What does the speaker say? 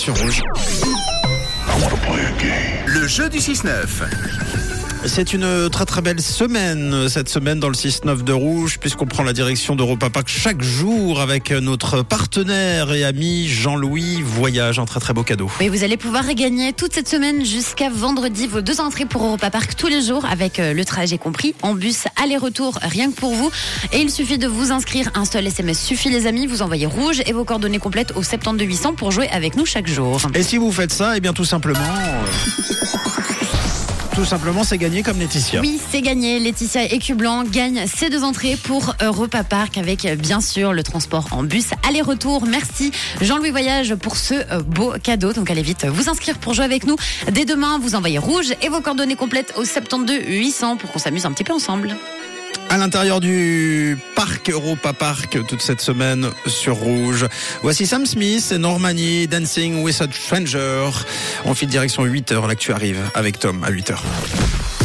sur Rouge. Le jeu du 6-9. C'est une très très belle semaine, cette semaine dans le 6-9 de Rouge, puisqu'on prend la direction d'Europa Park chaque jour avec notre partenaire et ami Jean-Louis Voyage. Un très très beau cadeau. Oui, vous allez pouvoir gagner toute cette semaine jusqu'à vendredi vos 2 entrées pour Europa Park tous les jours avec le trajet compris, en bus, aller-retour, rien que pour vous. Et il suffit de vous inscrire, un seul SMS suffit les amis, vous envoyez Rouge et vos coordonnées complètes au 72 800 pour jouer avec nous chaque jour. Et si vous faites ça, eh bien tout simplement... Tout simplement, c'est gagné comme Laetitia. Oui, c'est gagné. Laetitia Écublanc gagne ses 2 entrées pour Europa Park avec bien sûr le transport en bus aller-retour. Merci Jean-Louis Voyage pour ce beau cadeau. Donc allez vite vous inscrire pour jouer avec nous. Dès demain, vous envoyez Rouge et vos coordonnées complètes au 72 800 pour qu'on s'amuse un petit peu ensemble. À l'intérieur du parc Europa Park toute cette semaine sur Rouge. Voici Sam Smith et Normani, Dancing with a Stranger. On file direction 8h, là que tu arrives avec Tom à 8h.